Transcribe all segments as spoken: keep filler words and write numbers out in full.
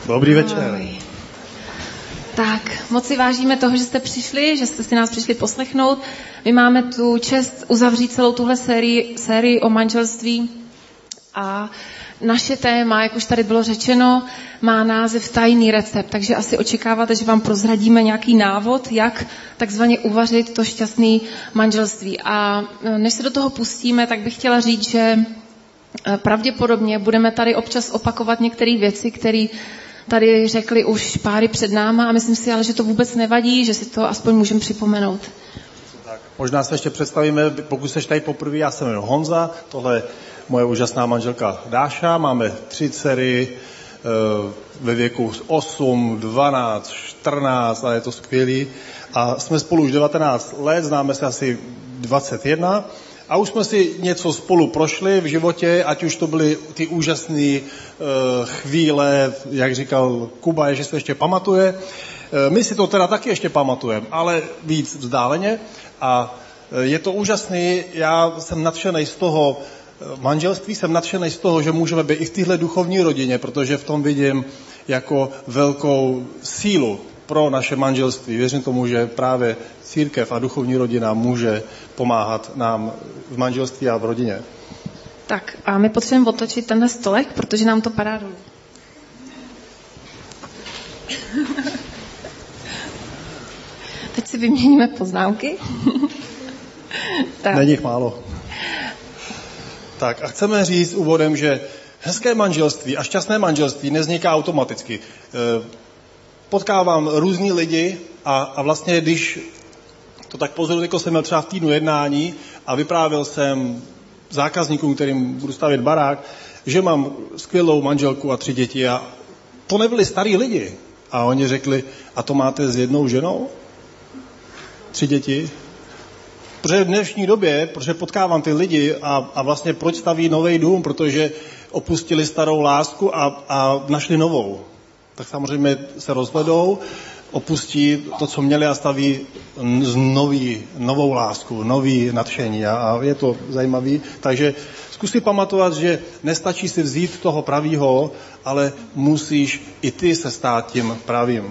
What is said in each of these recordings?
Dobrý večer. Ahoj. Tak, moc si vážíme toho, že jste přišli, že jste si nás přišli poslechnout. My máme tu čest uzavřít celou tuhle sérii, sérii o manželství a naše téma, jak už tady bylo řečeno, má název Tajný recept, takže asi očekáváte, že vám prozradíme nějaký návod, jak takzvaně uvařit to šťastné manželství. A než se do toho pustíme, tak bych chtěla říct, že pravděpodobně budeme tady občas opakovat některé věci, které tady řekli už páry před náma a myslím si ale, že to vůbec nevadí, že si to aspoň můžeme připomenout. Tak, možná se ještě představíme, pokud jsi tady poprvé, já se jmenuji Honza, tohle je moje úžasná manželka Dáša, máme tři dcery e, ve věku osm, dvanáct, čtrnáct a je to skvělý a jsme spolu už devatenáct let, známe se asi dvacet jedna a už jsme si něco spolu prošli v životě, ať už to byly ty úžasné e, chvíle, jak říkal Kuba, že se ještě pamatuje. E, my si to teda taky ještě pamatujeme, ale víc vzdáleně a e, je to úžasný, já jsem nadšený z toho manželství, jsem nadšený z toho, že můžeme být i v téhle duchovní rodině, protože v tom vidím jako velkou sílu pro naše manželství. Věřím tomu, že právě církev a duchovní rodina může pomáhat nám v manželství a v rodině. Tak a my potřebujeme otočit tenhle stolek, protože nám to padá dolů. Teď si vyměníme poznámky. Tak. Není jich málo. Tak a chceme říct úvodem, že hezké manželství a šťastné manželství nevzniká automaticky. Potkávám různý lidi a, a vlastně, když to tak pozoruji, jako jsem měl třeba v týdnu jednání a vyprávěl jsem zákazníkům, kterým budu stavět barák, že mám skvělou manželku a tři děti a to nebyli starý lidi. A oni řekli, a to máte s jednou ženou? Tři děti? Protože v dnešní době, protože potkávám ty lidi a, a vlastně proč staví nový dům, protože opustili starou lásku a, a našli novou. Tak samozřejmě se rozvedou, opustí to, co měli a staví z nový, novou lásku, nový nadšení a, a je to zajímavý. Takže zkus si pamatovat, že nestačí si vzít toho pravýho, ale musíš i ty se stát tím pravým.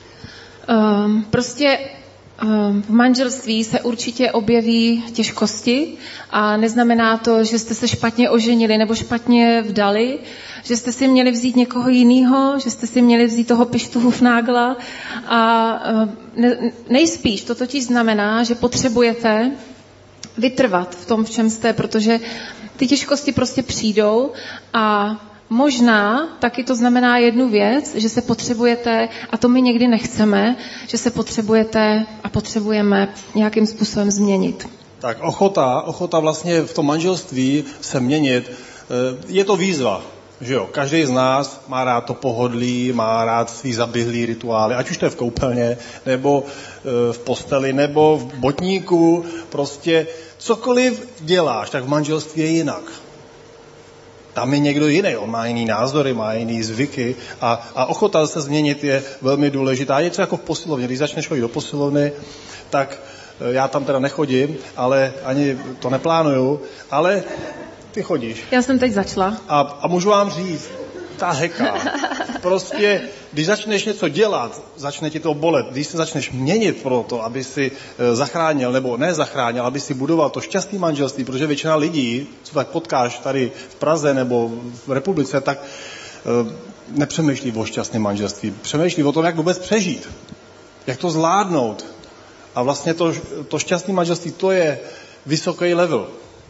Um, prostě v manželství se určitě objeví těžkosti a neznamená to, že jste se špatně oženili nebo špatně vdali, že jste si měli vzít někoho jiného, že jste si měli vzít toho Pištu Hufnagla a ne, nejspíš to totiž znamená, že potřebujete vytrvat v tom, v čem jste, protože ty těžkosti prostě přijdou a možná taky to znamená jednu věc, že se potřebujete, a to my někdy nechceme, že se potřebujete a potřebujeme nějakým způsobem změnit. Tak ochota, ochota vlastně v tom manželství se měnit, je to výzva, že jo? Každý z nás má rád to pohodlí, má rád svý zaběhlý rituály, ať už to je v koupelně, nebo v posteli, nebo v botníku, prostě cokoliv děláš, tak v manželství je jinak. Tam je někdo jiný, on má jiný názory, má jiný zvyky a, a ochota se změnit je velmi důležitá. Je to jako v posilovně, když začneš chodit do posilovny, tak já tam teda nechodím, ale ani to neplánuju, ale ty chodíš. Já jsem teď začala. A, a můžu vám říct, ta heka, prostě, když začneš něco dělat, začne ti to bolet, když se začneš měnit pro to, aby si zachránil, nebo ne zachránil, aby si budoval to šťastné manželství, protože většina lidí, co tak potkáš tady v Praze nebo v republice, tak e, nepřemýšlí o šťastném manželství. Přemýšlí o tom, jak vůbec přežít, jak to zvládnout. A vlastně to, to šťastné manželství, to je vysoký level.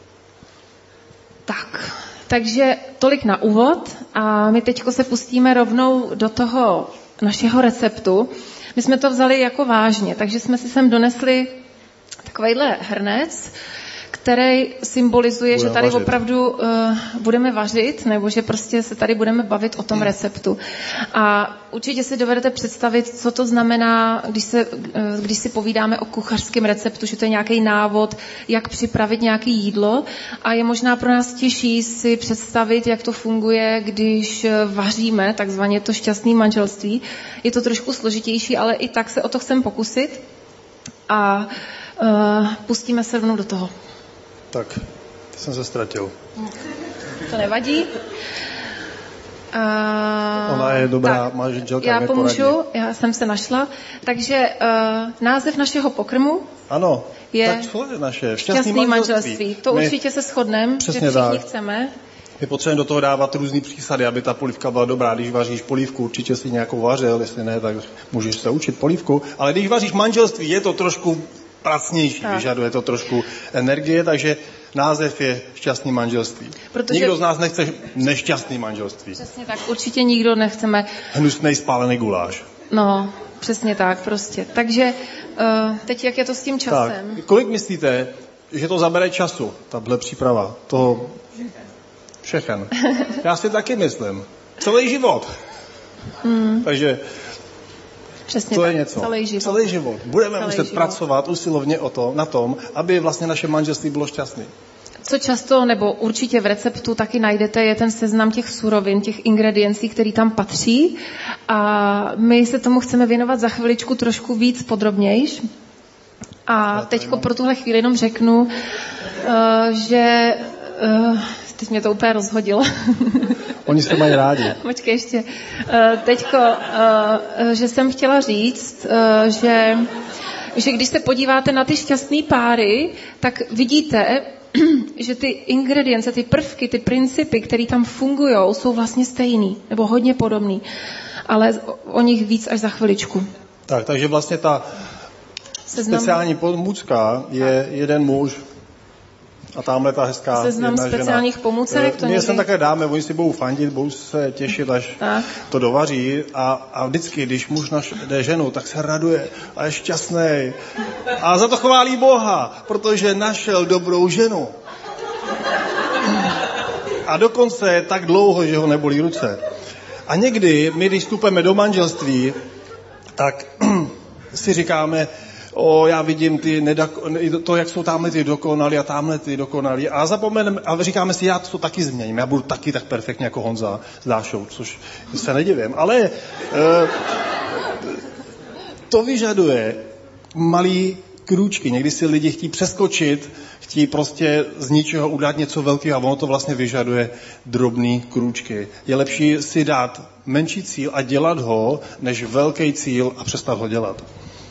Tak, takže tolik na úvod a my teďko se pustíme rovnou do toho našeho receptu. My jsme to vzali jako vážně, takže jsme si sem donesli takovejhle hrnec, který symbolizuje, budeme že tady vařit. Opravdu uh, budeme vařit, nebo že prostě se tady budeme bavit o tom receptu. A určitě si dovedete představit, co to znamená, když, se, uh, když si povídáme o kuchařském receptu, že to je nějaký návod, jak připravit nějaké jídlo. A je možná pro nás těžší si představit, jak to funguje, když vaříme, takzvaně to šťastné manželství. Je to trošku složitější, ale i tak se o to chcem pokusit. A uh, pustíme se rovnou do toho. Tak, ty jsem se ztratil. To nevadí. Uh, Ona je dobrá tak, manželka. Já pomůžu, já jsem se našla. Takže uh, název našeho pokrmu ano, je tak co je naše? Šťastný, Šťastný manželství. manželství. To My, určitě se shodneme, že všichni tak. chceme. My potřebujeme do toho dávat různý přísady, aby ta polívka byla dobrá. Když vaříš polívku, určitě si nějakou vařil, jestli ne, tak můžeš se učit polívku. Ale když vaříš manželství, je to trošku pracnější, tak. Vyžaduje to trošku energie, takže název je Šťastný manželství. Protože nikdo z nás nechce nešťastný manželství. Přesně tak, určitě nikdo nechceme. Hnusnej spálený guláš. No, přesně tak prostě. Takže uh, teď jak je to s tím časem? Tak, kolik myslíte, že to zabere času, tahle příprava? To všechen. Já si taky myslím. Celý život. Mm. Takže přesně to tak, je něco. Celý život. Celý život. Budeme celý muset život. pracovat usilovně o to, na tom, aby vlastně naše manželství bylo šťastné. Co často, nebo určitě v receptu taky najdete, je ten seznam těch surovin, těch ingrediencí, který tam patří. A my se tomu chceme věnovat za chviličku trošku víc podrobnějš. A teďko pro tuhle chvíli jenom řeknu, uh, že... Uh, teď mě to úplně rozhodilo. Oni se mají rádi. Počkej ještě. Uh, teďko, uh, že jsem chtěla říct, uh, že, že když se podíváte na ty šťastný páry, tak vidíte, že ty ingredience, ty prvky, ty principy, které tam fungují, jsou vlastně stejný, nebo hodně podobný. Ale o nich víc až za chviličku. Tak, takže vlastně ta Seznam... speciální pomůcka je jeden muž a tamhle ta hezká Seznam jedna speciálních žena. pomůcek. To My někdy... sem také dáme, oni si budou fandit, budou se těšit, až tak. to dovaří. A, a vždycky, když muž najde ženu, tak se raduje a je šťastný. A za to chválí Boha, protože našel dobrou ženu. A dokonce je tak dlouho, že ho nebolí ruce. A někdy, my když vstupujeme do manželství, tak si říkáme, o, já vidím ty nedako- to, jak jsou tamhle ty dokonalí a tamhle ty dokonalí. A zapomeneme, a říkáme si, já to taky změním, já budu taky tak perfektně jako Honza s Dášou, což se nedivím. Ale e, to vyžaduje malý krůčky. Někdy si lidi chtí přeskočit, chtí prostě z ničeho udělat něco velkého a ono to vlastně vyžaduje drobný krůčky. Je lepší si dát menší cíl a dělat ho, než velký cíl a přestat ho dělat.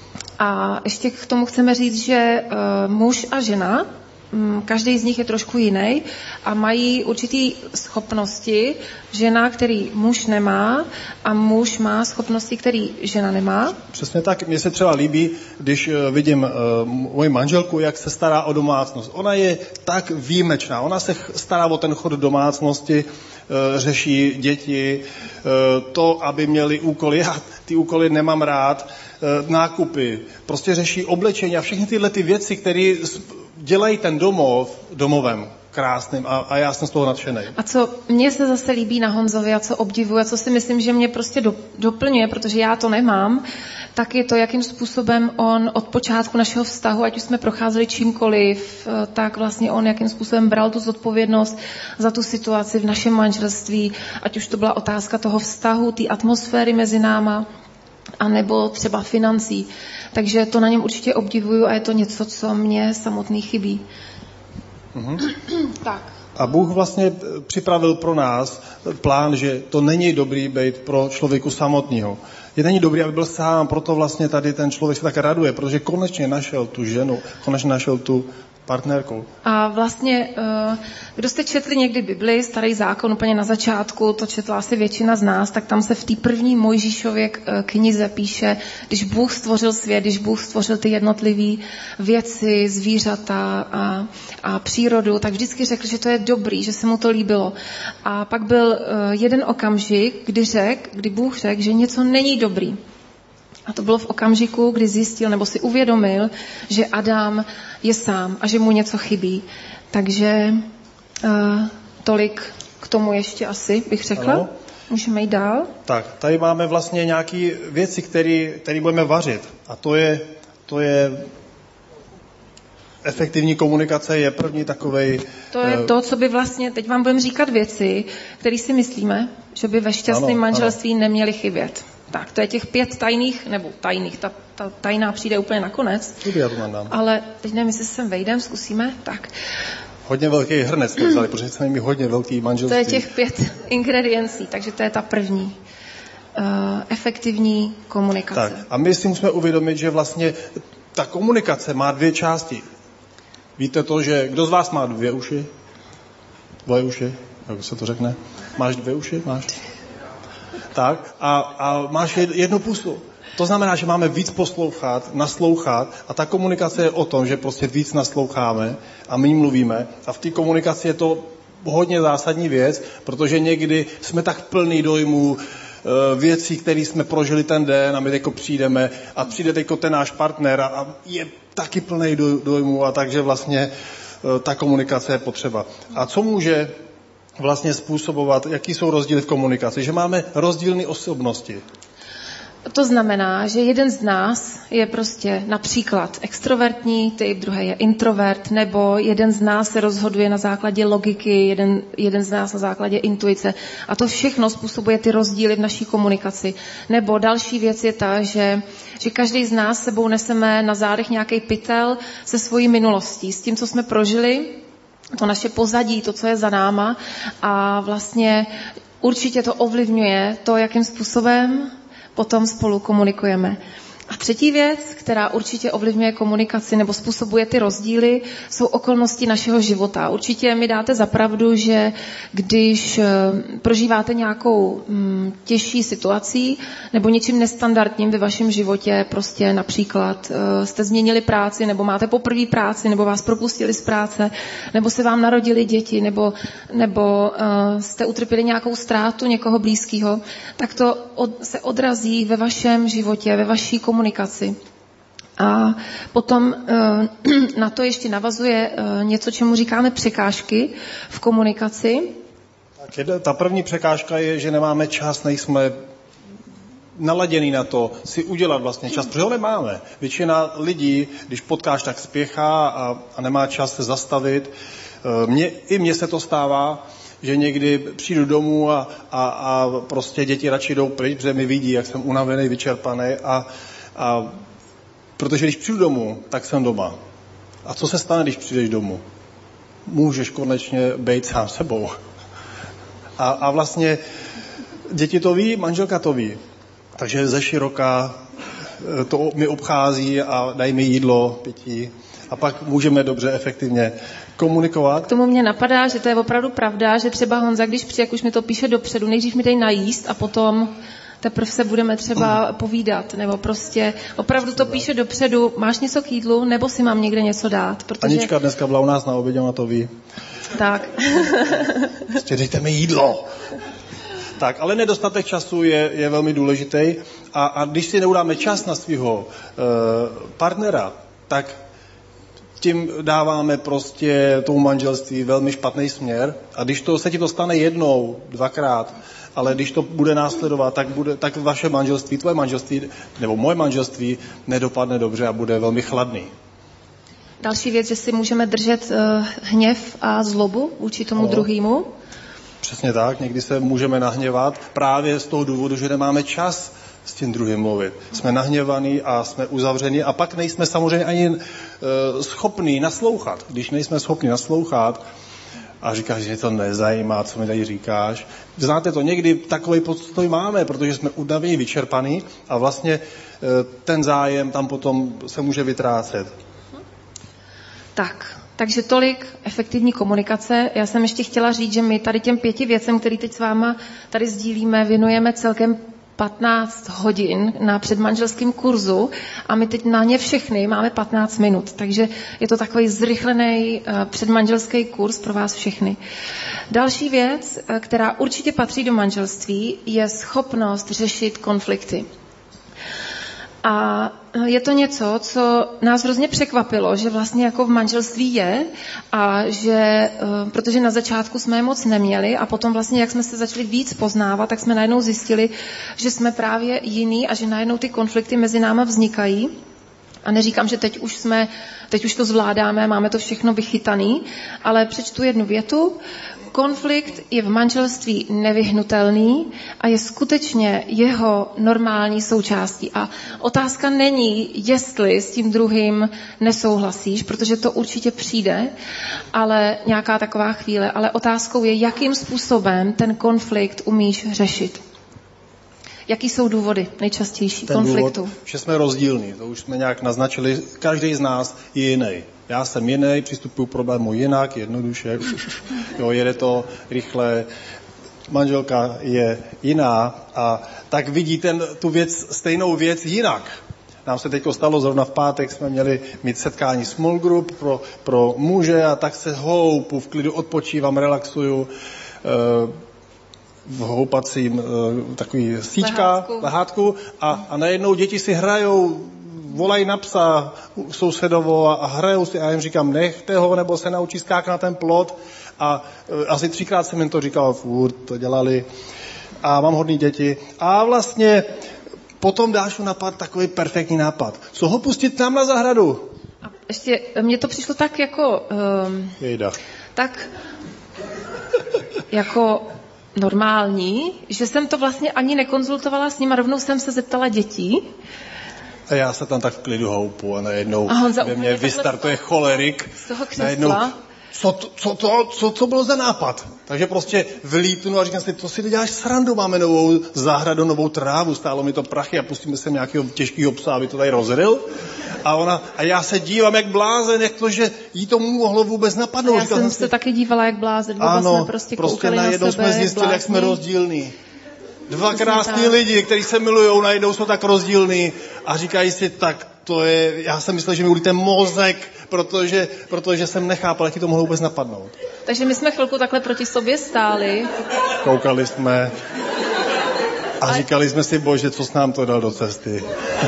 A ještě k tomu chceme říct, že uh, muž a žena, um, každý z nich je trošku jiný a mají určitý schopnosti, žena, který muž nemá, a muž má schopnosti, který žena nemá. Přesně tak. Mně se třeba líbí, když uh, vidím uh, moji manželku, jak se stará o domácnost. Ona je tak výjimečná. Ona se stará o ten chod domácnosti, uh, řeší děti, uh, to, aby měli úkoly. Já ty úkoly nemám rád. Nákupy, prostě řeší oblečení a všechny tyhle ty věci, které dělají ten domov domovem krásným a, a já jsem z toho nadšenej. A co mně se zase líbí na Honzovi a co obdivuji a co si myslím, že mě prostě do, doplňuje, protože já to nemám, tak je to, jakým způsobem on od počátku našeho vztahu, ať už jsme procházeli čímkoliv, tak vlastně on jakým způsobem bral tu zodpovědnost za tu situaci v našem manželství, ať už to byla otázka toho vztahu, té atmosféry mezi náma, a nebo třeba financí. Takže to na něm určitě obdivuju a je to něco, co mě samotný chybí. Mm-hmm. Tak. A Bůh vlastně připravil pro nás plán, že to není dobrý být pro člověku samotného. Je není dobrý, aby byl sám, proto vlastně tady ten člověk se tak raduje, protože konečně našel tu ženu, konečně našel tu partnerku. A vlastně, kdo jste četli někdy Bibli, Starý zákon úplně na začátku, to četla asi většina z nás, tak tam se v té první Mojžíšově knize píše, když Bůh stvořil svět, když Bůh stvořil ty jednotlivé věci, zvířata a, a přírodu, tak vždycky řekl, že to je dobrý, že se mu to líbilo. A pak byl jeden okamžik, kdy řekl, kdy Bůh řekl, že něco není dobrý. A to bylo v okamžiku, kdy zjistil nebo si uvědomil, že Adam je sám a že mu něco chybí. Takže uh, tolik k tomu ještě asi bych řekla. Ano. Můžeme jít dál. Tak, tady máme vlastně nějaké věci, které budeme vařit. A to je, to je efektivní komunikace, je první takovej... To je uh, to, co by vlastně, teď vám budeme říkat věci, které si myslíme, že by ve šťastném manželství ano. neměly chybět. Tak, to je těch pět tajných, nebo tajných, ta, ta tajná přijde úplně nakonec. Já to mandám. Ale teď nevím, jestli se sem vejdem, zkusíme. Tak. Hodně velký hrnec jsme vzali, protože jsme měli hodně velký manželství. To je těch pět ingrediencí, takže to je ta první. Uh, efektivní komunikace. Tak, a my si musíme uvědomit, že vlastně ta komunikace má dvě části. Víte to, že kdo z vás má dvě uši? Dvoje uši? Jak se to řekne? Máš dvě uši? Máš? Tak, a, a máš jednu pusu. To znamená, že máme víc poslouchat, naslouchat a ta komunikace je o tom, že prostě víc nasloucháme a my mluvíme a v té komunikaci je to hodně zásadní věc, protože někdy jsme tak plný dojmů, věcí, které jsme prožili ten den a my teďko přijdeme a přijde teďko ten náš partner a je taky plný dojmů a takže vlastně ta komunikace je potřeba. A co může vlastně způsobovat, jaký jsou rozdíly v komunikaci? Že máme rozdílné osobnosti. To znamená, že jeden z nás je prostě například extrovertní typ, druhý je introvert, nebo jeden z nás se rozhoduje na základě logiky, jeden, jeden z nás na základě intuice. A to všechno způsobuje ty rozdíly v naší komunikaci. Nebo další věc je ta, že, že každý z nás sebou neseme na zádech nějaký pytel se svojí minulostí, s tím, co jsme prožili, to naše pozadí, to, co je za náma. A vlastně určitě to ovlivňuje to, jakým způsobem potom spolu komunikujeme. A třetí věc, která určitě ovlivňuje komunikaci nebo způsobuje ty rozdíly, jsou okolnosti našeho života. Určitě mi dáte za pravdu, že když prožíváte nějakou mm, těžší situací nebo něčím nestandardním ve vašem životě, prostě například uh, jste změnili práci nebo máte poprvé práci nebo vás propustili z práce nebo se vám narodili děti nebo, nebo uh, jste utrpěli nějakou ztrátu někoho blízkého, tak to od, se odrazí ve vašem životě, ve vaší komunikaci. komunikaci. A potom na to ještě navazuje něco, čemu říkáme překážky v komunikaci. Tak ta první překážka je, že nemáme čas, nejsme naladěný na to si udělat vlastně čas, protože ho nemáme. Většina lidí, když potkáš, tak spěchá a, a nemá čas se zastavit. Mně, i mně se to stává, že někdy přijdu domů a, a, a prostě děti radši jdou pryč, protože mi vidí, jak jsem unavený, vyčerpaný a, a protože když přijdu domů, tak jsem doma. A co se stane, když přijdeš domů? Můžeš konečně být sám sebou. A, a vlastně děti to ví, manželka to ví. Takže ze široka to mi obchází a dají mi jídlo, pití. A pak můžeme dobře, efektivně komunikovat. K tomu mě napadá, že to je opravdu pravda, že třeba Honza, když přijde, jak už mi to píše dopředu, nejdřív mi dej najíst a potom teprve se budeme třeba povídat, nebo prostě opravdu to píše dopředu, máš něco k jídlu, nebo si mám někde něco dát. Protože... Anička dneska byla u nás na obědě, a to ví. Tak. Prostě dejte mi jídlo. Tak, ale nedostatek času je, je velmi důležitý a, a když si neudáme čas na svého uh, partnera, tak tím dáváme prostě tomu manželství velmi špatný směr a když to, se ti to stane jednou, dvakrát, ale když to bude následovat, tak, bude, tak vaše manželství, tvoje manželství nebo moje manželství nedopadne dobře a bude velmi chladný. Další věc, že si můžeme držet uh, hněv a zlobu vůči tomu no. druhému. Přesně tak, někdy se můžeme nahněvat právě z toho důvodu, že nemáme čas s tím druhým mluvit. Jsme nahněvaní a jsme uzavření a pak nejsme samozřejmě ani uh, schopní naslouchat. Když nejsme schopni naslouchat a říkáš, že to nezajímá, co mi tady říkáš. Znáte to, někdy takový postoj máme, protože jsme unavení, vyčerpaný a vlastně uh, ten zájem tam potom se může vytrácet. Tak, takže tolik efektivní komunikace. Já jsem ještě chtěla říct, že my tady těm pěti věcem, který teď s váma tady sdílíme, věnujeme celkem patnáct hodin na předmanželském kurzu a my teď na ně všechny máme patnáct minut, takže je to takový zrychlený předmanželský kurz pro vás všechny. Další věc, která určitě patří do manželství, je schopnost řešit konflikty. A je to něco, co nás hrozně překvapilo, že vlastně jako v manželství je a že, protože na začátku jsme je moc neměli a potom vlastně, jak jsme se začali víc poznávat, tak jsme najednou zjistili, že jsme právě jiný a že najednou ty konflikty mezi náma vznikají. A neříkám, že teď už jsme, teď už to zvládáme, máme to všechno vychytaný, ale přečtu jednu větu. konflikt je v manželství nevyhnutelný a je skutečně jeho normální součástí. A otázka není, jestli s tím druhým nesouhlasíš, protože to určitě přijde, ale nějaká taková chvíle. Ale otázkou je, jakým způsobem ten konflikt umíš řešit. Jaký jsou důvody nejčastější ten konfliktu? Důvod, že jsme rozdílní, to už jsme nějak naznačili, každý z nás je jiný. Já jsem jiný, přistupuji k problému jinak, jednoduše, jo, jede to rychle, manželka je jiná a tak vidí ten, tu věc, stejnou věc jinak. Nám se teď stalo, zrovna v pátek jsme měli mít setkání small group pro, pro muže a tak se houpu, v klidu odpočívám, relaxuju, e, v houpacím e, takový síčka, lehátku, lehátku a, a najednou děti si hrajou, volají na psa sousedovo a, a hrajou si a já jim říkám, nechte ho, nebo se naučí skákat na ten plot a e, asi třikrát jsem jim to říkal, furt to dělali a mám hodný děti a vlastně potom Dášu napad takový perfektní nápad. Co ho pustit tam na zahradu? A ještě mně to přišlo tak jako um, Jejda. tak jako normální, že jsem to vlastně ani nekonzultovala s ním a rovnou jsem se zeptala dětí. A já se tam tak v klidu houpu a najednou a ve mně vystartuje cholerik. Z toho křesla. Najednou, co to, co, to, co to bylo za nápad? Takže prostě vylítnu a říkám si, to si děláš srandu, máme novou zahradu, novou trávu, stálo mi to prachy a pustíme se nějakého těžkého psa, aby to tady rozryl. A ona, a já se dívám jak blázen, jak to, že jí to mohlo vůbec napadnout. Já jsem se si, taky dívala jak blázen, vůbec ano, jsme prostě, prostě koukali na najednou sebe, jsme zjistili, jak, jak jsme rozdílní. Dva krásní lidi, kteří se milujou, najednou jsou tak rozdílní a říkají si, tak to je, já jsem myslel, že mi ulíte mozek, protože, protože jsem nechápal, jak ti to mohlo vůbec napadnout. Takže my jsme chvilku takhle proti sobě stáli. Koukali jsme a říkali jsme si, bože, co s nám to dal do cesty.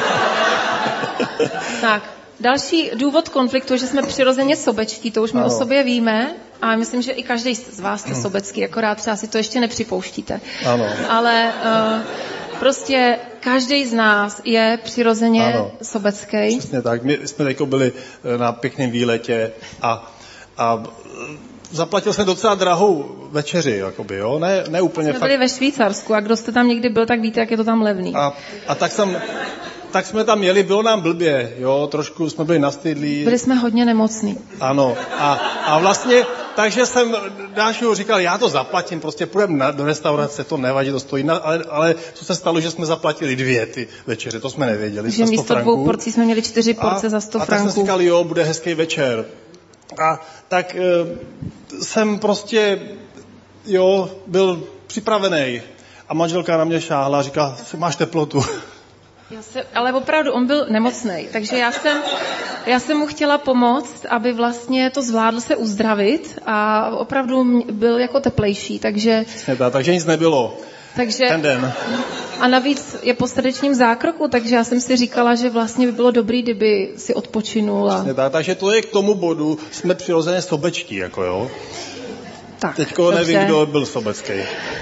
Tak, další důvod konfliktu je, že jsme přirozeně sobečtí, to už my ano. o sobě víme a myslím, že i každý z vás jste sobecký, akorát třeba si to ještě nepřipouštíte. Ano. Ale uh, prostě každý z nás je přirozeně ano. sobecký. Přesně tak. My jsme teď byli na pěkném výletě a, a zaplatil jsem docela drahou večeři, jakoby, jo? Ne, ne úplně jsme fakt. byli ve Švýcarsku a kdo jste tam někdy byl, tak víte, jak je to tam levný. A, a tak jsem... Tak jsme tam jeli, bylo nám blbě, jo, trošku jsme byli nastydlí. Byli jsme hodně nemocní. Ano, a, a vlastně, takže jsem Dášu říkal, já to zaplatím, prostě půjdeme do restaurace, to nevadí, to stojí, na, ale, ale co se stalo, že jsme zaplatili dvě ty večeře, to jsme nevěděli. Že místo dvou porcí jsme měli čtyři porce a, za sto a franků. A tak jsem říkal, jo, bude hezký večer. A tak e, jsem prostě, jo, byl připravený. A manželka na mě šáhla a říká, máš teplotu. Já se, ale opravdu, on byl nemocnej, takže já jsem, já jsem mu chtěla pomoct, aby vlastně to zvládl se uzdravit a opravdu byl jako teplejší, takže... Takže nic nebylo. Takže, ten den. A navíc je po srdečním zákroku, takže já jsem si říkala, že vlastně by bylo dobrý, kdyby si odpočinul. A... Tak, takže to je k tomu bodu, jsme přirozeně sobečtí, jako jo. Tak, teďko dobře. nevím, kdo byl sobecký.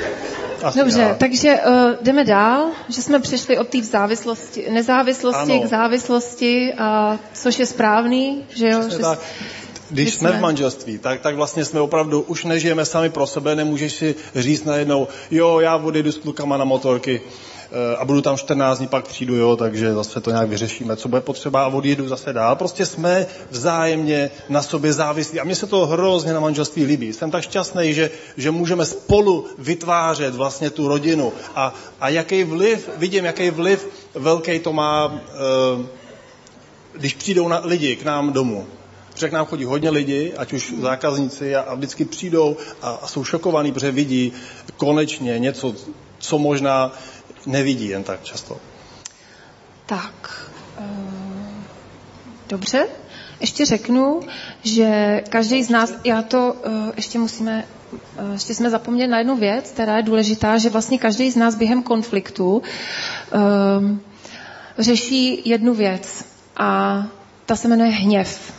Asi Dobře, já. takže uh, jdeme dál, že jsme přišli od té závislosti, nezávislosti ano. k závislosti, a což je správný, že jo? Že tak. Když jsme v manželství, tak, tak vlastně jsme opravdu, už nežijeme sami pro sebe, nemůžeš si říct najednou, jo, já odjedu s klukama na motorky a budu tam čtrnáct dní, pak přijdu, jo, takže zase to nějak vyřešíme, co bude potřeba a odjedu zase dál. Prostě jsme vzájemně na sobě závislí a mně se to hrozně na manželství líbí. Jsem tak šťastný, že, že můžeme spolu vytvářet vlastně tu rodinu a, a jaký vliv, vidím, jaký vliv velký to má, když přijdou na lidi k nám domů. Protože k nám chodí hodně lidí, ať už zákazníci a, a vždycky přijdou a, a jsou šokovaní, protože vidí konečně něco, co možná nevidí jen tak často. Tak, dobře. Ještě řeknu, že každý z nás, já to ještě musíme, ještě jsme zapomněli na jednu věc, která je důležitá, že vlastně každý z nás během konfliktu um, řeší jednu věc a ta se jmenuje hněv.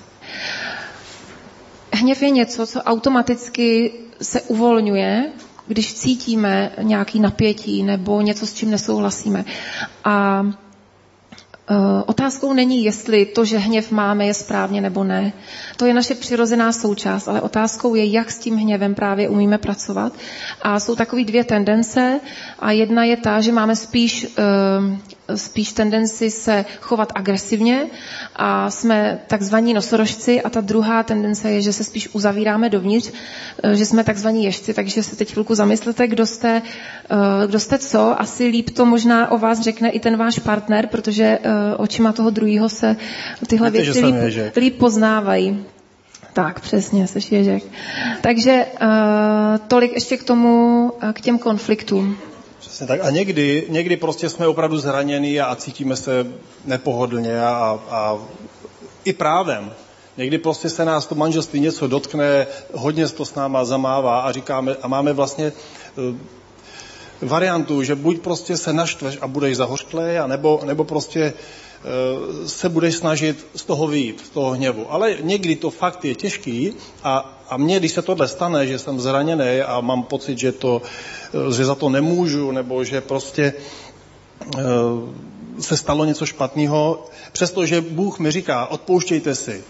Hněv je něco, co automaticky se uvolňuje, když cítíme nějaký napětí nebo něco, s čím nesouhlasíme. A Otázkou není, jestli to, že hněv máme, je správně nebo ne. To je naše přirozená součást, ale otázkou je, jak s tím hněvem právě umíme pracovat. A jsou takové dvě tendence a jedna je ta, že máme spíš, spíš tendenci se chovat agresivně a jsme takzvaní nosorožci a ta druhá tendence je, že se spíš uzavíráme dovnitř, že jsme takzvaní ježci. Takže se teď chvilku zamyslete, kdo jste, kdo jste co. Asi líp to možná o vás řekne i ten váš partner, protože očima toho druhého se tyhle Víte, věci líp, líp poznávají. Tak, přesně, seš ježek. Takže uh, tolik ještě k tomu, k těm konfliktům. Přesně tak. A někdy, někdy prostě jsme opravdu zranění a cítíme se nepohodlně a, a i právem. Někdy prostě se nás to manželství něco dotkne, hodně to s náma zamává a říkáme, a máme vlastně uh, variantu, že buď prostě se naštveš a budeš zahořklej, a nebo, nebo prostě uh, se budeš snažit z toho vyjít, z toho hněvu. Ale někdy to fakt je těžký a, a mně, když se tohle stane, že jsem zraněný a mám pocit, že, to, že za to nemůžu, nebo že prostě uh, se stalo něco špatného, přestože Bůh mi říká, odpouštějte si.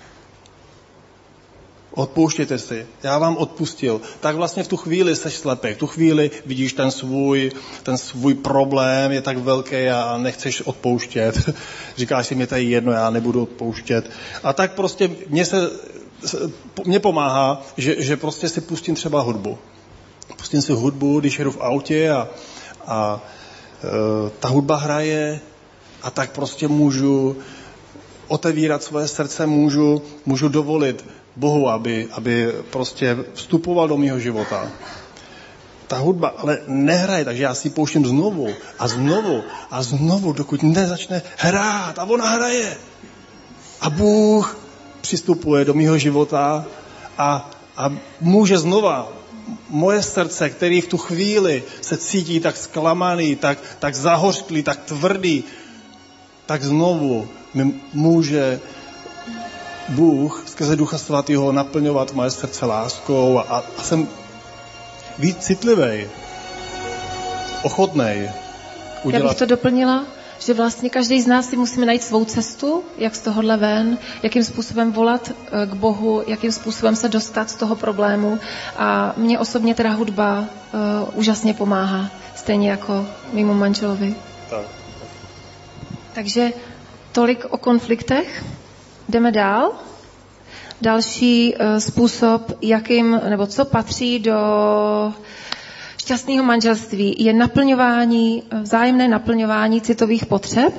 Odpouštějte si, já vám odpustil. Tak vlastně v tu chvíli seš slepý, v tu chvíli vidíš ten svůj, ten svůj problém, je tak velký a nechceš odpouštět. Říkáš si, mě tady jedno, já nebudu odpouštět. A tak prostě mě, se, mě pomáhá, že, že prostě si pustím třeba hudbu. Pustím si hudbu, když jedu v autě a, a e, ta hudba hraje a tak prostě můžu otevírat svoje srdce, můžu, můžu dovolit Bohu, aby, aby prostě vstupoval do mého života. Ta hudba ale nehraje, takže já si ji pouštím znovu a znovu a znovu, dokud nezačne hrát. A ona hraje. A Bůh přistupuje do mého života a, a může znova moje srdce, který v tu chvíli se cítí tak zklamaný, tak, tak zahořklý, tak tvrdý, tak znovu mi může Bůh skrze Ducha Svatého naplňovat moje srdce láskou a, a jsem víc citlivý, ochotnej udělat. Já bych to doplnila, že vlastně každý z nás si musíme najít svou cestu, jak z tohohle ven, jakým způsobem volat k Bohu, jakým způsobem se dostat z toho problému. A mně osobně teda hudba uh, úžasně pomáhá, stejně jako mému manželovi. Tak. Takže tolik o konfliktech. Jdeme dál. Další uh, způsob, jakým, nebo co patří do šťastného manželství, je naplňování, vzájemné naplňování citových potřeb.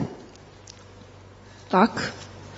Tak.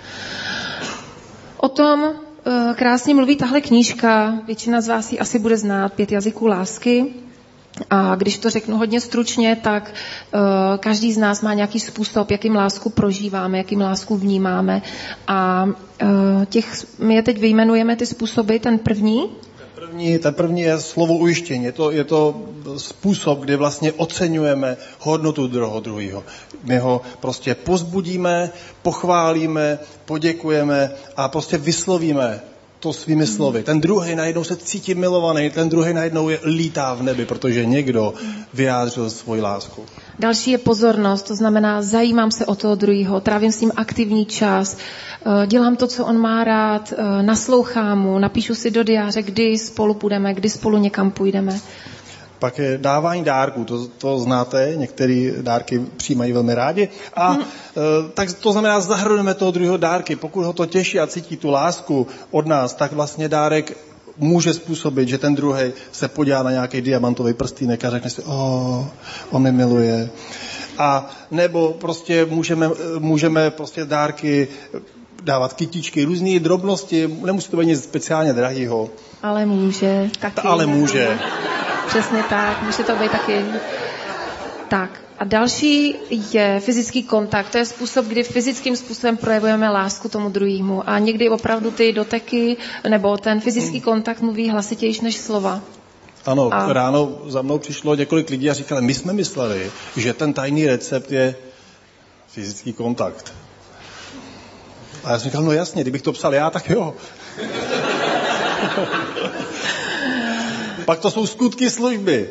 O tom uh, krásně mluví tahle knížka. Většina z vás ji asi bude znát, Pět jazyků lásky. A když to řeknu hodně stručně, tak uh, každý z nás má nějaký způsob, jakým lásku prožíváme, jakým lásku vnímáme. A uh, těch, my je teď vyjmenujeme ty způsoby. Ten první. Ten první, ten první je slovo ujištění. Je to, je to způsob, kdy vlastně oceňujeme hodnotu druhého druhého. My ho prostě pozbudíme, pochválíme, poděkujeme a prostě vyslovíme to svými slovy. Ten druhý najednou se cítí milovaný, ten druhý najednou je lítá v nebi, protože někdo vyjádřil svoji lásku. Další je pozornost, to znamená zajímám se o toho druhého, trávím s ním aktivní čas, dělám to, co on má rád, naslouchám mu, napíšu si do diáře, kdy spolu půjdeme, kdy spolu někam půjdeme. Pak je dávání dárků, to, to znáte, některé dárky přijímají velmi rádi. A hmm. e, tak to znamená, zahrneme toho druhého dárky. Pokud ho to těší a cítí tu lásku od nás, tak vlastně dárek může způsobit, že ten druhý se podívá na nějaký diamantový prstýnek a řekne si, oh, on mě miluje. A nebo prostě můžeme, můžeme prostě dárky dávat kytičky, různé drobnosti, nemusí to být nic speciálně drahýho. Ale může. Taky. Ale může. Přesně tak, může to být taky. Tak. A další je fyzický kontakt. To je způsob, kdy fyzickým způsobem projevujeme lásku tomu druhému. A někdy opravdu ty doteky nebo ten fyzický kontakt mluví hlasitější než slova. Ano, a... ráno za mnou přišlo několik lidí a říkali, my jsme mysleli, že ten tajný recept je fyzický kontakt. A já jsem říkal, no jasně, kdybych to psal já, tak jo. Pak to jsou skutky služby.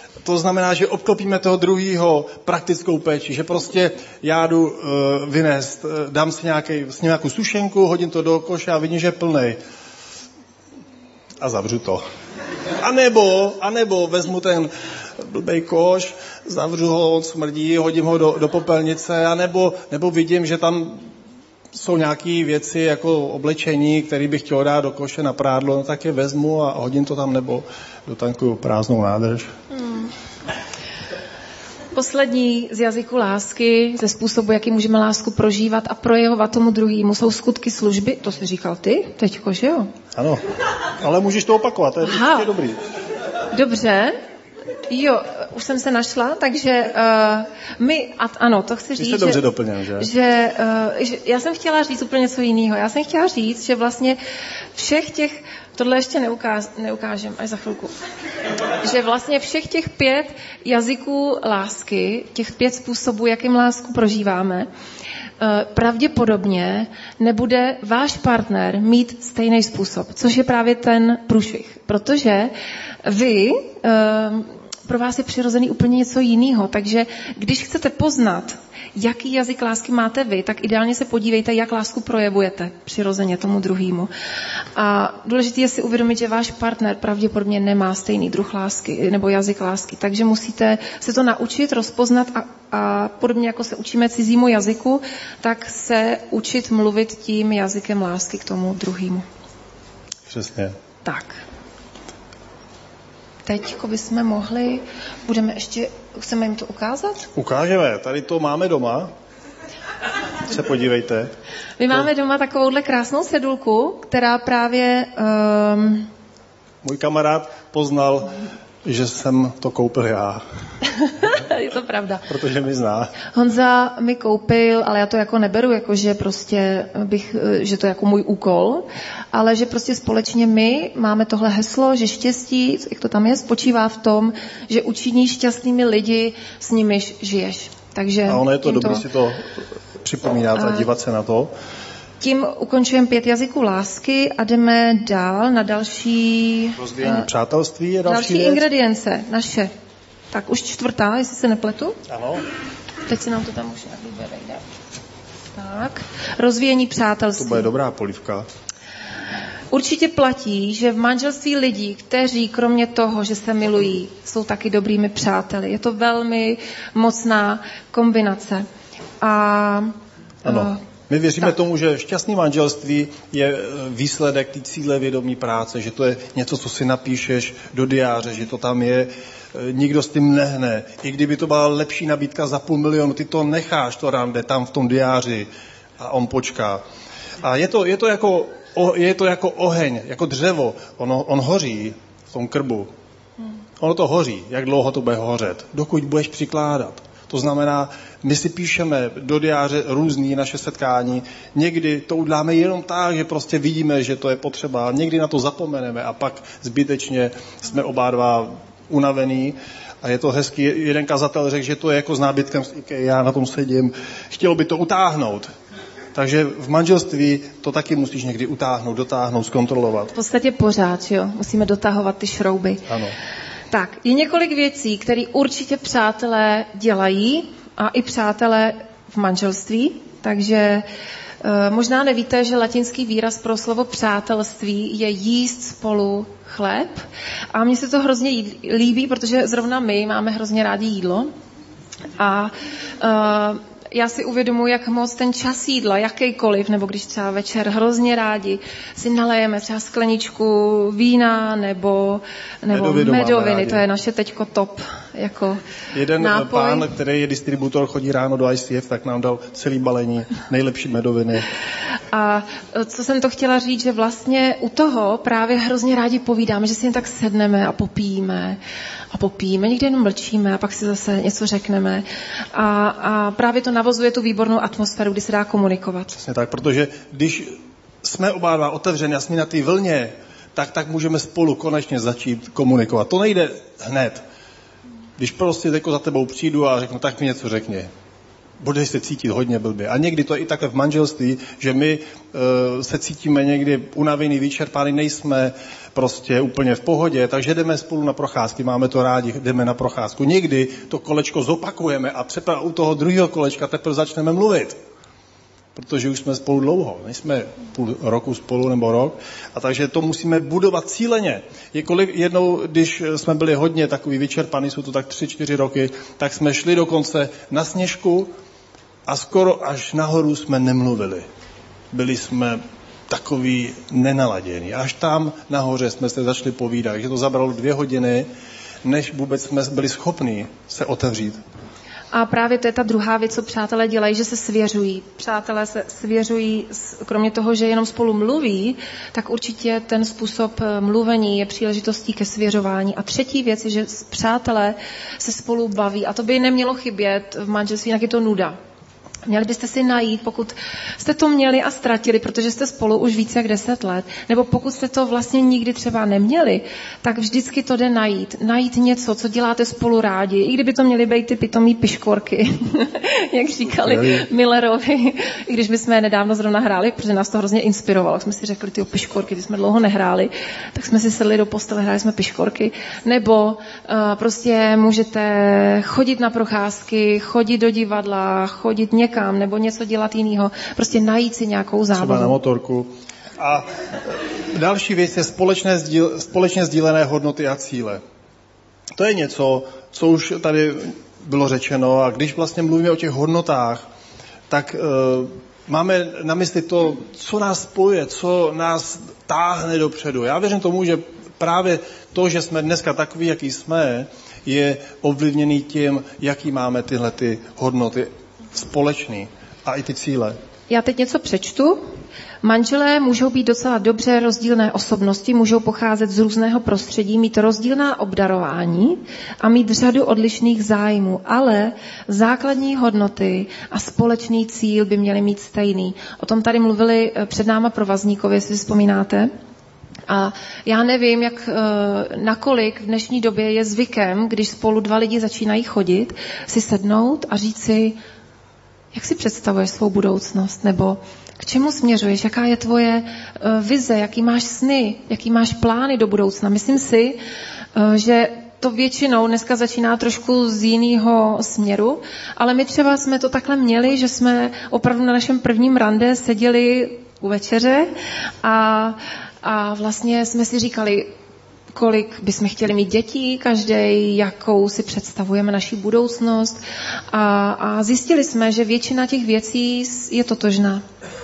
To znamená, že obklopíme toho druhýho praktickou péči, že prostě já jdu uh, vynést, uh, dám si nějaký, s nějakou sušenku, hodím to do koše a vidím, že je plnej. A zavřu to. A nebo, a nebo vezmu ten blbej koš, zavřu ho, on smrdí, hodím ho do, do popelnice, a nebo, nebo vidím, že tam jsou nějaké věci jako oblečení, které bych chtěl dát do koše na prádlo, no tak je vezmu a hodím to tam, nebo dotankuju prázdnou nádrž. Hmm. Poslední z jazyku lásky, ze způsobu, jaký můžeme lásku prožívat a projevovat tomu druhému, jsou skutky služby. To jsi říkal ty teďko, že jo? Ano, ale můžeš to opakovat, to je určitě dobrý. Dobře. Jo, už jsem se našla, takže uh, my, a, ano, to chci říct, jste dobře doplněn, že? Že, uh, že já jsem chtěla říct úplně něco jiného. Já jsem chtěla říct, že vlastně všech těch, tohle ještě neukáž, neukážem, až za chvilku, že vlastně všech těch pět jazyků lásky, těch pět způsobů, jakým lásku prožíváme, pravděpodobně nebude váš partner mít stejný způsob, což je právě ten průšvih. Protože vy, pro vás je přirozený úplně něco jiného, takže když chcete poznat, jaký jazyk lásky máte vy, tak ideálně se podívejte, jak lásku projevujete přirozeně tomu druhému. A důležité je si uvědomit, že váš partner pravděpodobně nemá stejný druh lásky nebo jazyk lásky, takže musíte se to naučit, rozpoznat a, a podobně jako se učíme cizímu jazyku, tak se učit mluvit tím jazykem lásky k tomu druhému. Přesně. Tak. Teď bychom mohli, budeme ještě, chceme jim to ukázat? Ukážeme, tady to máme doma. Se podívejte. My to... máme doma takovouhle krásnou sedulku, která právě... Um... Můj kamarád poznal, že jsem to koupil já. Je to pravda. Protože mi zná. Honza mi koupil, ale já to jako neberu, jako že prostě bych, že to je jako můj úkol, ale že prostě společně my máme tohle heslo, že štěstí, jak to tam je, spočívá v tom, že učiníš šťastnými lidi, s nimiž žiješ. Takže a ono je to tímto... dobré si to připomínat a dívat se na to. Tím ukončujeme pět jazyků lásky a jdeme dál na další... Rozvíjení uh, přátelství je další Další věc. ingredience, naše. Tak už čtvrtá, jestli se nepletu. Ano. Teď se nám to tam už nějak líbě vejde. Tak, rozvíjení přátelství. To bude dobrá polívka. Určitě platí, že v manželství lidí, kteří kromě toho, že se milují, jsou taky dobrými přáteli. Je to velmi mocná kombinace. A... Ano. My věříme tak. tomu, že šťastný manželství je výsledek té cílevědomí práce, že to je něco, co si napíšeš do diáře, že to tam je, nikdo s tím nehne. I kdyby to byla lepší nabídka za půl milionu, ty to necháš, to rande, tam v tom diáři a on počká. A je to, je to, jako, je to jako oheň, jako dřevo, ono, on hoří v tom krbu. Ono to hoří, jak dlouho to bude hořet, dokud budeš přikládat. To znamená, my si píšeme do diáře různý naše setkání. Někdy to uděláme jenom tak, že prostě vidíme, že to je potřeba. Někdy na to zapomeneme a pak zbytečně jsme oba dva unavený. A je to hezký. Jeden kazatel řekl, že to je jako s nábytkem z IKEA, já na tom sedím. Chtělo by to utáhnout. Takže v manželství to taky musíš někdy utáhnout, dotáhnout, zkontrolovat. V podstatě pořád, jo. Musíme dotahovat ty šrouby. Ano. Tak, je několik věcí, které určitě přátelé dělají a i přátelé v manželství, takže e, možná nevíte, že latinský výraz pro slovo přátelství je jíst spolu chléb a mně se to hrozně líbí, protože zrovna my máme hrozně rádi jídlo a e, já si uvědomuji, jak moc ten čas jídla, jakýkoliv, nebo když třeba večer hrozně rádi si nalejeme třeba skleničku vína nebo, nebo medoviny, medoviny to je naše teďko top jako jeden nápoj. Pán, který je distributor, chodí ráno do I C F, tak nám dal celý balení nejlepší medoviny. A co jsem to chtěla říct, že vlastně u toho právě hrozně rádi povídáme, že si jen tak sedneme a popijeme a popijeme, někdy jenom mlčíme a pak si zase něco řekneme a, a právě to navozuje tu výbornou atmosféru, kdy se dá komunikovat. Přesně tak, protože když jsme oba dva otevřeni a jsme na té vlně, tak, tak můžeme spolu konečně začít komunikovat. To nejde hned. Když prostě jako za tebou přijdu a řeknu, tak mi něco řekni. budeš se cítit hodně blbě. A někdy to je i takhle v manželství, že my e, se cítíme někdy unavený, vyčerpaný, nejsme prostě úplně v pohodě, takže jdeme spolu na procházky, máme to rádi, jdeme na procházku. Někdy to kolečko zopakujeme a třeba u toho druhého kolečka teprve začneme mluvit. Protože už jsme spolu dlouho, nejsme půl roku spolu nebo rok, a takže to musíme budovat cíleně. Kolik, jednou, když jsme byli hodně takový vyčerpaný, jsou to tak tři, čtyři roky, tak jsme šli dokonce na sněžku a skoro až nahoru jsme nemluvili. Byli jsme takový nenaladění. Až tam nahoře jsme se začali povídat, takže to zabralo dvě hodiny, než vůbec jsme byli schopni se otevřít. A právě to je ta druhá věc, co přátelé dělají, že se svěřují. Přátelé se svěřují, kromě toho, že jenom spolu mluví, tak určitě ten způsob mluvení je příležitostí ke svěřování. A třetí věc je, že přátelé se spolu baví. A to by nemělo chybět v manželství, jinak je to nuda. Měli byste si najít, pokud jste to měli a ztratili, protože jste spolu už více jak deset let, nebo pokud jste to vlastně nikdy třeba neměli, tak vždycky to jde najít. Najít něco, co děláte spolu rádi, i kdyby to měly být ty pitomý piškorky, jak říkali Millerovi, i když my jsme nedávno zrovna hráli, protože nás to hrozně inspirovalo, jsme si řekli, ty piškorky, ty jsme dlouho nehráli, tak jsme si sedli do postele, hráli jsme piškorky, nebo uh, prostě můžete chodit na procházky, chodit do divadla, chodit někam, kam, nebo něco dělat jinýho, prostě najít si nějakou zábavu. Třeba na motorku. A další věc je společné sdíl, společně sdílené hodnoty a cíle. To je něco, co už tady bylo řečeno, a když vlastně mluvíme o těch hodnotách, tak uh, máme na mysli to, co nás spojuje, co nás táhne dopředu. Já věřím tomu, že právě to, že jsme dneska takový, jaký jsme, je ovlivněný tím, jaký máme tyhle ty hodnoty společný a i ty cíle. Já teď něco přečtu. Manželé můžou být docela dobře rozdílné osobnosti, můžou pocházet z různého prostředí, mít rozdílná obdarování a mít řadu odlišných zájmů, ale základní hodnoty a společný cíl by měly mít stejný. O tom tady mluvili před náma provazníkovi, jestli si vzpomínáte. A já nevím, jak nakolik v dnešní době je zvykem, když spolu dva lidi začínají chodit, si sednout a říct si, jak si představuješ svou budoucnost, nebo k čemu směřuješ, jaká je tvoje uh, vize, jaký máš sny, jaký máš plány do budoucna. Myslím si, uh, že to většinou dneska začíná trošku z jiného směru, ale my třeba jsme to takhle měli, že jsme opravdu na našem prvním rande seděli u večeře a, a vlastně jsme si říkali, kolik bychom chtěli mít dětí, každý, jakou si představujeme naši budoucnost, a, a zjistili jsme, že většina těch věcí je totožná.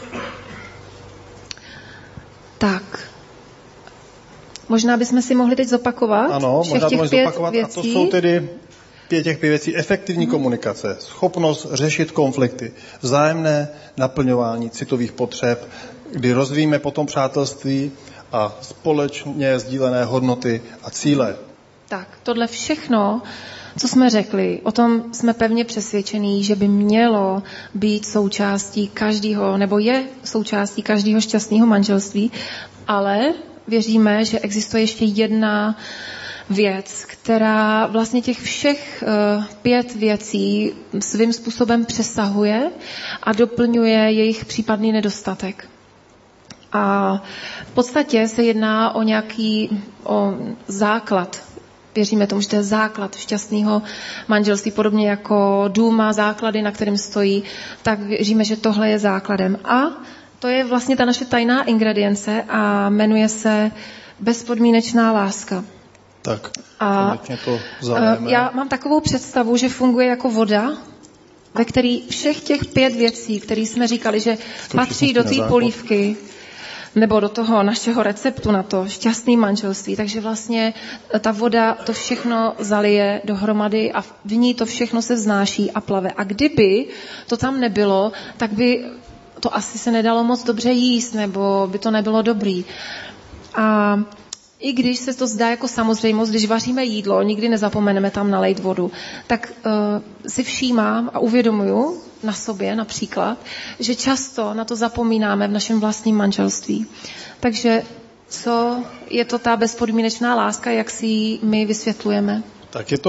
Tak. Možná bychom si mohli teď zopakovat ano, všech možná těch to pět zopakovat, věcí. A to jsou tedy pět těch pět věcí. Efektivní hmm. komunikace, schopnost řešit konflikty, vzájemné naplňování citových potřeb, kdy rozvíjíme potom přátelství a společně sdílené hodnoty a cíle. Tak, tohle všechno, co jsme řekli, o tom jsme pevně přesvědčení, že by mělo být součástí každého, nebo je součástí každého šťastného manželství, ale věříme, že existuje ještě jedna věc, která vlastně těch všech uh, pět věcí svým způsobem přesahuje a doplňuje jejich případný nedostatek. A v podstatě se jedná o nějaký o základ. Věříme tomu, že to je základ šťastného manželství, podobně jako dům má základy, na kterém stojí, tak věříme, že tohle je základem. A to je vlastně ta naše tajná ingredience a jmenuje se bezpodmínečná láska. Tak, a to zaujeme. Já mám takovou představu, že funguje jako voda, ve který všech těch pět věcí, které jsme říkali, že patří do té polívky, nebo do toho našeho receptu na to šťastné manželství. Takže vlastně ta voda to všechno zalije dohromady a v ní to všechno se vznáší a plave. A kdyby to tam nebylo, tak by to asi se nedalo moc dobře jíst, nebo by to nebylo dobrý. A i když se to zdá jako samozřejmost, když vaříme jídlo, nikdy nezapomeneme tam nalejt vodu, tak uh, si všímám a uvědomuju na sobě například, že často na to zapomínáme v našem vlastním manželství. Takže co je to ta bezpodmínečná láska, jak si ji my vysvětlujeme? Tak je to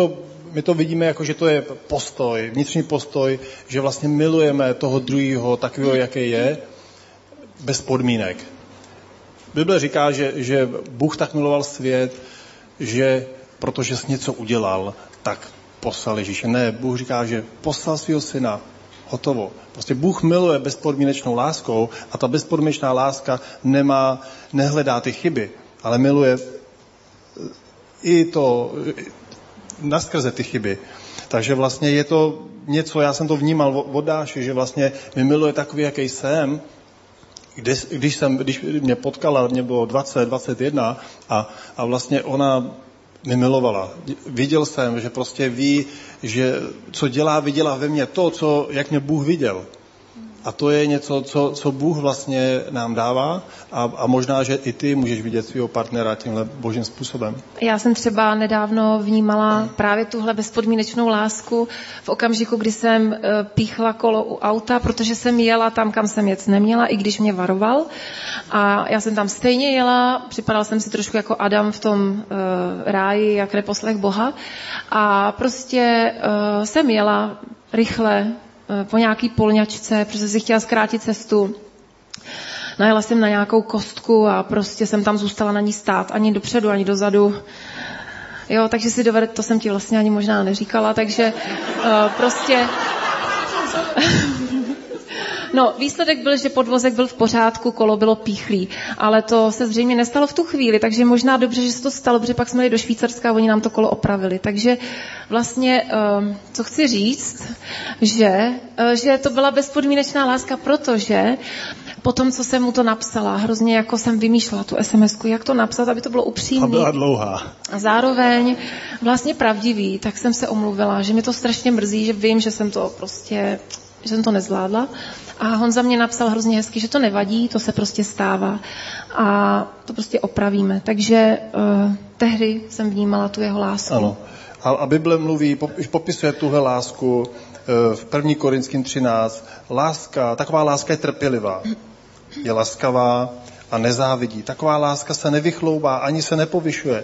my to vidíme jako, že to je postoj, vnitřní postoj, že vlastně milujeme toho druhého takového, jaký je, bez podmínek. Bible říká, že, že Bůh tak miloval svět, že protože jsi něco udělal, tak poslal Ježíše. Ne, Bůh říká, že poslal svého syna. Hotovo. Prostě Bůh miluje bezpodmínečnou láskou a ta bezpodmínečná láska nemá, nehledá ty chyby, ale miluje i to, naskrze ty chyby. Takže vlastně je to něco, já jsem to vnímal od Dáši, že vlastně mě miluje takový, jaký jsem, když, když, jsem, když mě potkala, mě bylo dvacet, dvacet jedna a, a vlastně ona mě milovala. Viděl jsem, že prostě ví, že co dělá, viděla ve mně to, co, jak mě Bůh viděl. A to je něco, co, co Bůh vlastně nám dává a, a možná, že i ty můžeš vidět svého partnera tímhle božím způsobem. Já jsem třeba nedávno vnímala právě tuhle bezpodmínečnou lásku v okamžiku, kdy jsem píchla kolo u auta, protože jsem jela tam, kam jsem jet neměla, i když mě varoval. A já jsem tam stejně jela, připadal jsem si trošku jako Adam v tom uh, ráji, jak neposlech Boha. A prostě uh, jsem jela rychle po nějaký polňačce, protože si chtěla zkrátit cestu. Najela jsem na nějakou kostku a prostě jsem tam zůstala na ní stát, ani dopředu, ani dozadu. Jo, takže si dovedete, to jsem ti vlastně ani možná neříkala, takže uh, prostě... No, výsledek byl, že podvozek byl v pořádku, kolo bylo píchlý, ale to se zřejmě nestalo v tu chvíli, takže možná dobře, že se to stalo, protože pak jsme jeli do Švýcarska a oni nám to kolo opravili. Takže vlastně, co chci říct, že, že to byla bezpodmínečná láska, protože po tom, co jsem mu to napsala, hrozně jako jsem vymýšlela tu SMSku, jak to napsat, aby to bylo upřímný. A byla dlouhá. A zároveň vlastně pravdivý, tak jsem se omluvila, že mi to strašně mrzí, že vím, že jsem to prostě... že jsem to nezvládla. A Honza mě napsal hrozně hezky, že to nevadí, to se prostě stává. A to prostě opravíme. Takže uh, tehdy jsem vnímala tu jeho lásku. Ano. A, a Bible mluví, popisuje tuhle lásku uh, v první Korinským třináct. Láska, taková láska je trpělivá. Je laskavá a nezávidí. Taková láska se nevychloubá, ani se nepovyšuje.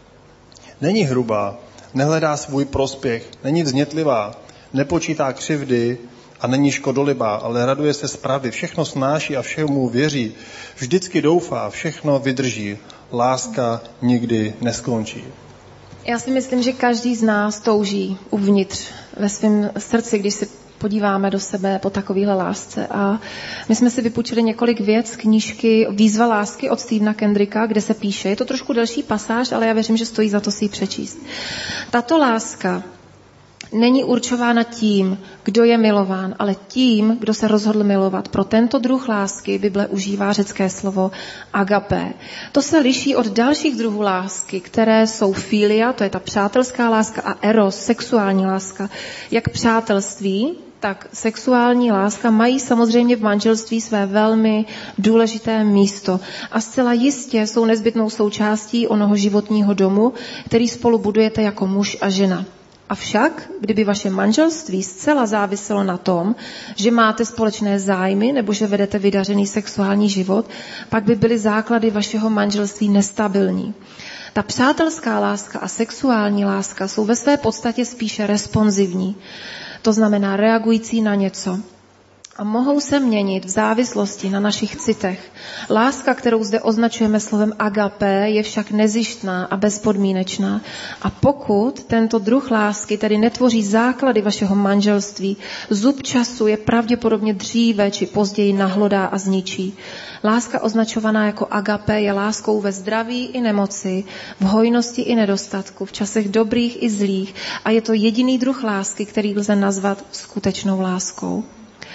Není hrubá, nehledá svůj prospěch, není vznětlivá, nepočítá křivdy, a není škodolibá, ale raduje se z pravdy, všechno snáší a všemu věří, vždycky doufá, všechno vydrží, láska nikdy neskončí. Já si myslím, že každý z nás touží uvnitř ve svém srdci, když si podíváme do sebe po takovéhle lásce. A my jsme si vypůjčili několik věc z knížky Výzva lásky od Stephena Kendricka, kde se píše, je to trošku delší pasáž, ale já věřím, že stojí za to si ji přečíst. Tato láska není určována tím, kdo je milován, ale tím, kdo se rozhodl milovat. Pro tento druh lásky Bible užívá řecké slovo agapé. To se liší od dalších druhů lásky, které jsou filia, to je ta přátelská láska, a eros, sexuální láska. Jak přátelství, tak sexuální láska mají samozřejmě v manželství své velmi důležité místo a zcela jistě jsou nezbytnou součástí onoho životního domu, který spolu budujete jako muž a žena. Avšak, kdyby vaše manželství zcela záviselo na tom, že máte společné zájmy nebo že vedete vydařený sexuální život, pak by byly základy vašeho manželství nestabilní. Ta přátelská láska a sexuální láska jsou ve své podstatě spíše responsivní, to znamená reagující na něco. A mohou se měnit v závislosti na našich citech. Láska, kterou zde označujeme slovem agapé, je však nezištná a bezpodmínečná. A pokud tento druh lásky tedy netvoří základy vašeho manželství, zub času je pravděpodobně dříve či později nahlodá a zničí. Láska označovaná jako agapé je láskou ve zdraví i nemoci, v hojnosti i nedostatku, v časech dobrých i zlých a je to jediný druh lásky, který lze nazvat skutečnou láskou.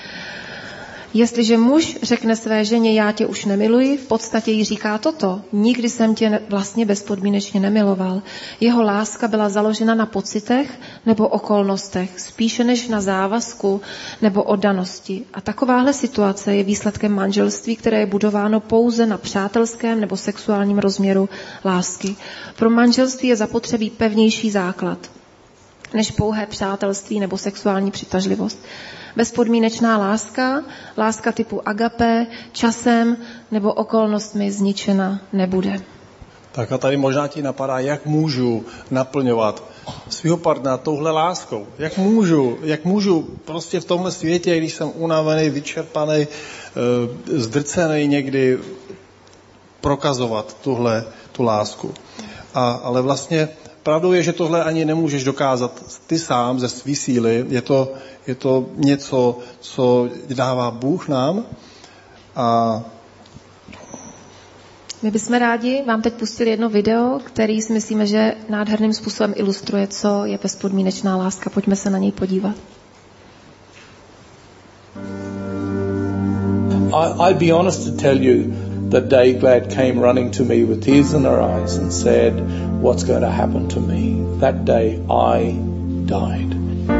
Jestliže muž řekne své ženě, já tě už nemiluji, v podstatě jí říká toto. Nikdy jsem tě vlastně bezpodmínečně nemiloval. Jeho láska byla založena na pocitech nebo okolnostech, spíše než na závazku nebo oddanosti. A takováhle situace je výsledkem manželství, které je budováno pouze na přátelském nebo sexuálním rozměru lásky. Pro manželství je zapotřebí pevnější základ než pouhé přátelství nebo sexuální přitažlivost. Bezpodmínečná láska, láska typu agapé, časem nebo okolnostmi zničena nebude. Tak a tady možná ti napadá, jak můžu naplňovat svého partnera touhle láskou. Jak můžu, jak můžu prostě v tomhle světě, když jsem unavený, vyčerpaný, zdrcený někdy, prokazovat tuhle, tu lásku. A, ale vlastně pravdou je, že tohle ani nemůžeš dokázat ty sám ze svý síly. Je to, je to něco, co dává Bůh nám. A my bychom rádi vám teď pustili jedno video, který si myslíme, že nádherným způsobem ilustruje, co je bezpodmínečná láska. Pojďme se na něj podívat. I, I'd be honest to tell you that day Glad came running to me with tears in her eyes and said, what's going to happen to me? That day I died.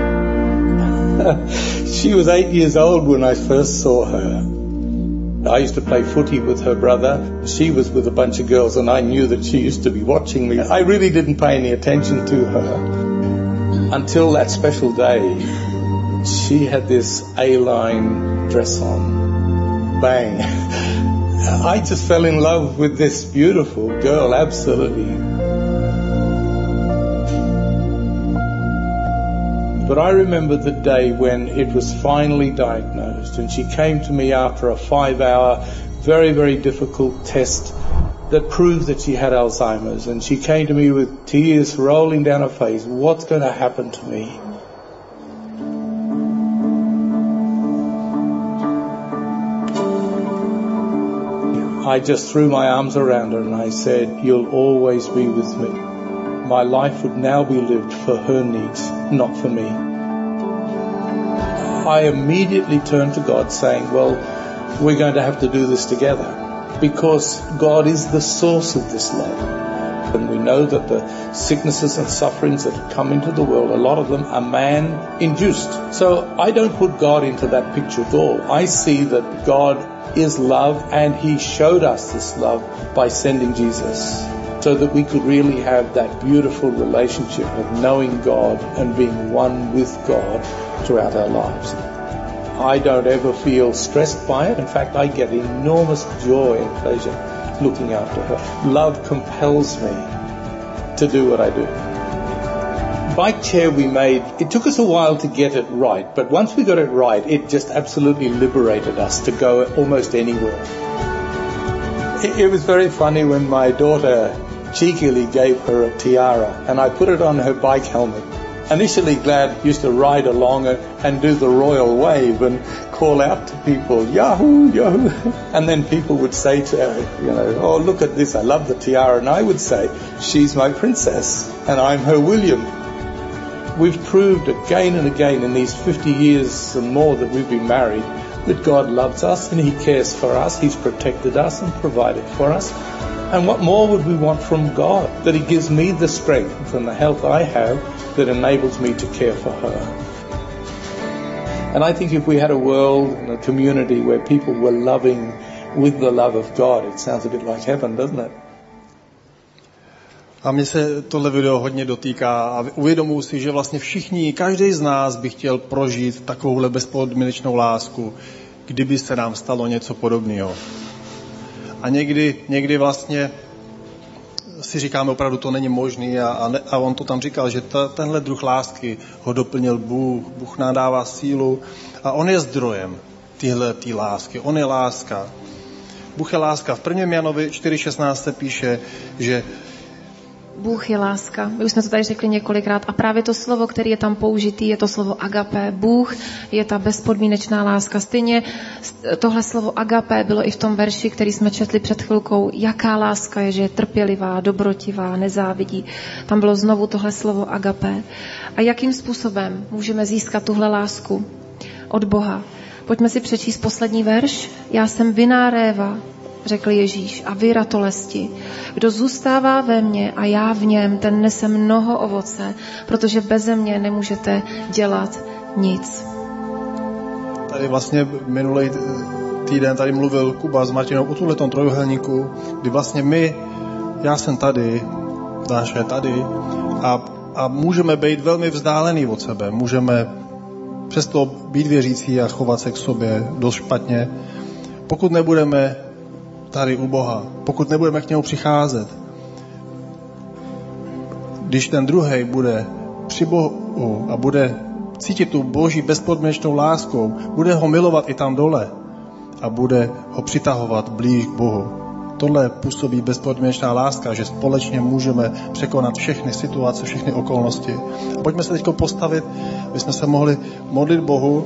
She was eight years old when I first saw her. I used to play footy with her brother. She was with a bunch of girls and I knew that she used to be watching me. I really didn't pay any attention to her until that special day. She had this A-line dress on. Bang. I just fell in love with this beautiful girl, absolutely. But I remember the day when it was finally diagnosed and she came to me after a five-hour, very, very difficult test that proved that she had Alzheimer's. And she came to me with tears rolling down her face. What's going to happen to me? I just threw my arms around her and I said, you'll always be with me. My life would now be lived for her needs, not for me. I immediately turned to God saying, well, we're going to have to do this together because God is the source of this love. And we know that the sicknesses and sufferings that have come into the world, a lot of them are man-induced. So I don't put God into that picture at all. I see that God is love and He showed us this love by sending Jesus, so that we could really have that beautiful relationship of knowing God and being one with God throughout our lives. I don't ever feel stressed by it. In fact, I get enormous joy and pleasure looking after her. Love compels me to do what I do. Bike chair we made, it took us a while to get it right, but once we got it right, it just absolutely liberated us to go almost anywhere. It, it was very funny when my daughter cheekily gave her a tiara and I put it on her bike helmet. Initially, Glad used to ride along and do the royal wave and call out to people, Yahoo, Yahoo. And then people would say to her, you know, oh, look at this, I love the tiara. And I would say, she's my princess and I'm her William. We've proved again and again in these fifty years and more that we've been married that God loves us and He cares for us. He's protected us and provided for us. And what more would we want from God? That He gives me the strength and the health I have that enables me to care for her. And I think if we had a world and a community where people were loving with the love of God, it sounds a bit like heaven, doesn't it? A mně se tohle video hodně dotýká a uvědomuji si, že vlastně všichni, každý z nás by chtěl prožít takovouhle bezpodmínečnou lásku, kdyby se nám stalo něco podobného. A někdy, někdy vlastně si říkáme opravdu, to není možný a, a, ne, a on to tam říkal, že ta, tenhle druh lásky ho doplnil Bůh, Bůh nám dává sílu a on je zdrojem téhle tý lásky, on je láska. Bůh je láska. V prvním Janovi čtyři šestnáct se píše, že Bůh je láska. My už jsme to tady řekli několikrát a právě to slovo, které je tam použitý, je to slovo agape. Bůh je ta bezpodmínečná láska. Stejně tohle slovo agape bylo i v tom verši, který jsme četli před chvilkou. Jaká láska je, že je trpělivá, dobrotivá, nezávidí. Tam bylo znovu tohle slovo agape. A jakým způsobem můžeme získat tuhle lásku od Boha? Pojďme si přečíst poslední verš. Já jsem vinná réva, řekl Ježíš, a vy ratolesti. Kdo zůstává ve mně a já v něm, ten nese mnoho ovoce, protože beze mě nemůžete dělat nic. Tady vlastně minulý týden tady mluvil Kuba s Martinou o tuhletom trojuhelníku, kdy vlastně my, já jsem tady, Dáša je tady a, a můžeme být velmi vzdálený od sebe. Můžeme přesto být věřící a chovat se k sobě dost špatně. Pokud nebudeme tady u Boha, pokud nebudeme k němu přicházet, když ten druhej bude při Bohu a bude cítit tu Boží bezpodmínečnou láskou, bude ho milovat i tam dole a bude ho přitahovat blíž k Bohu. Tohle působí bezpodmínečná láska, že společně můžeme překonat všechny situace, všechny okolnosti. Pojďme se teď postavit, aby jsme se mohli modlit Bohu.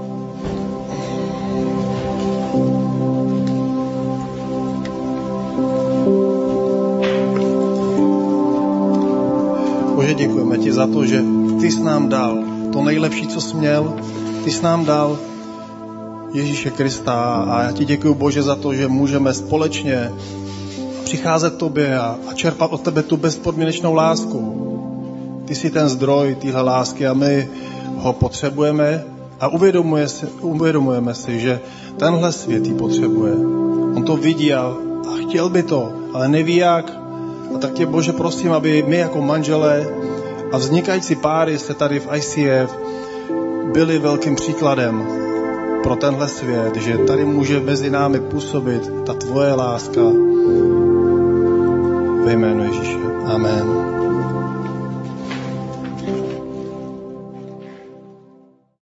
Bože, děkujeme ti za to, že ty jsi nám dal to nejlepší, co jsi měl. Ty jsi nám dal Ježíše Krista a já ti děkuju, Bože, za to, že můžeme společně přicházet tobě a, a čerpat od tebe tu bezpodmínečnou lásku. Ty jsi ten zdroj téhle lásky a my ho potřebujeme a uvědomuje si, uvědomujeme si, že tenhle svět ji potřebuje. On to vidí a, a chtěl by to, ale neví jak. A tak tě, Bože, prosím, aby my jako manželé a vznikající páry se tady v I C F byli velkým příkladem pro tenhle svět, že tady může mezi námi působit ta tvoje láska ve jménu Ježíše. Amen.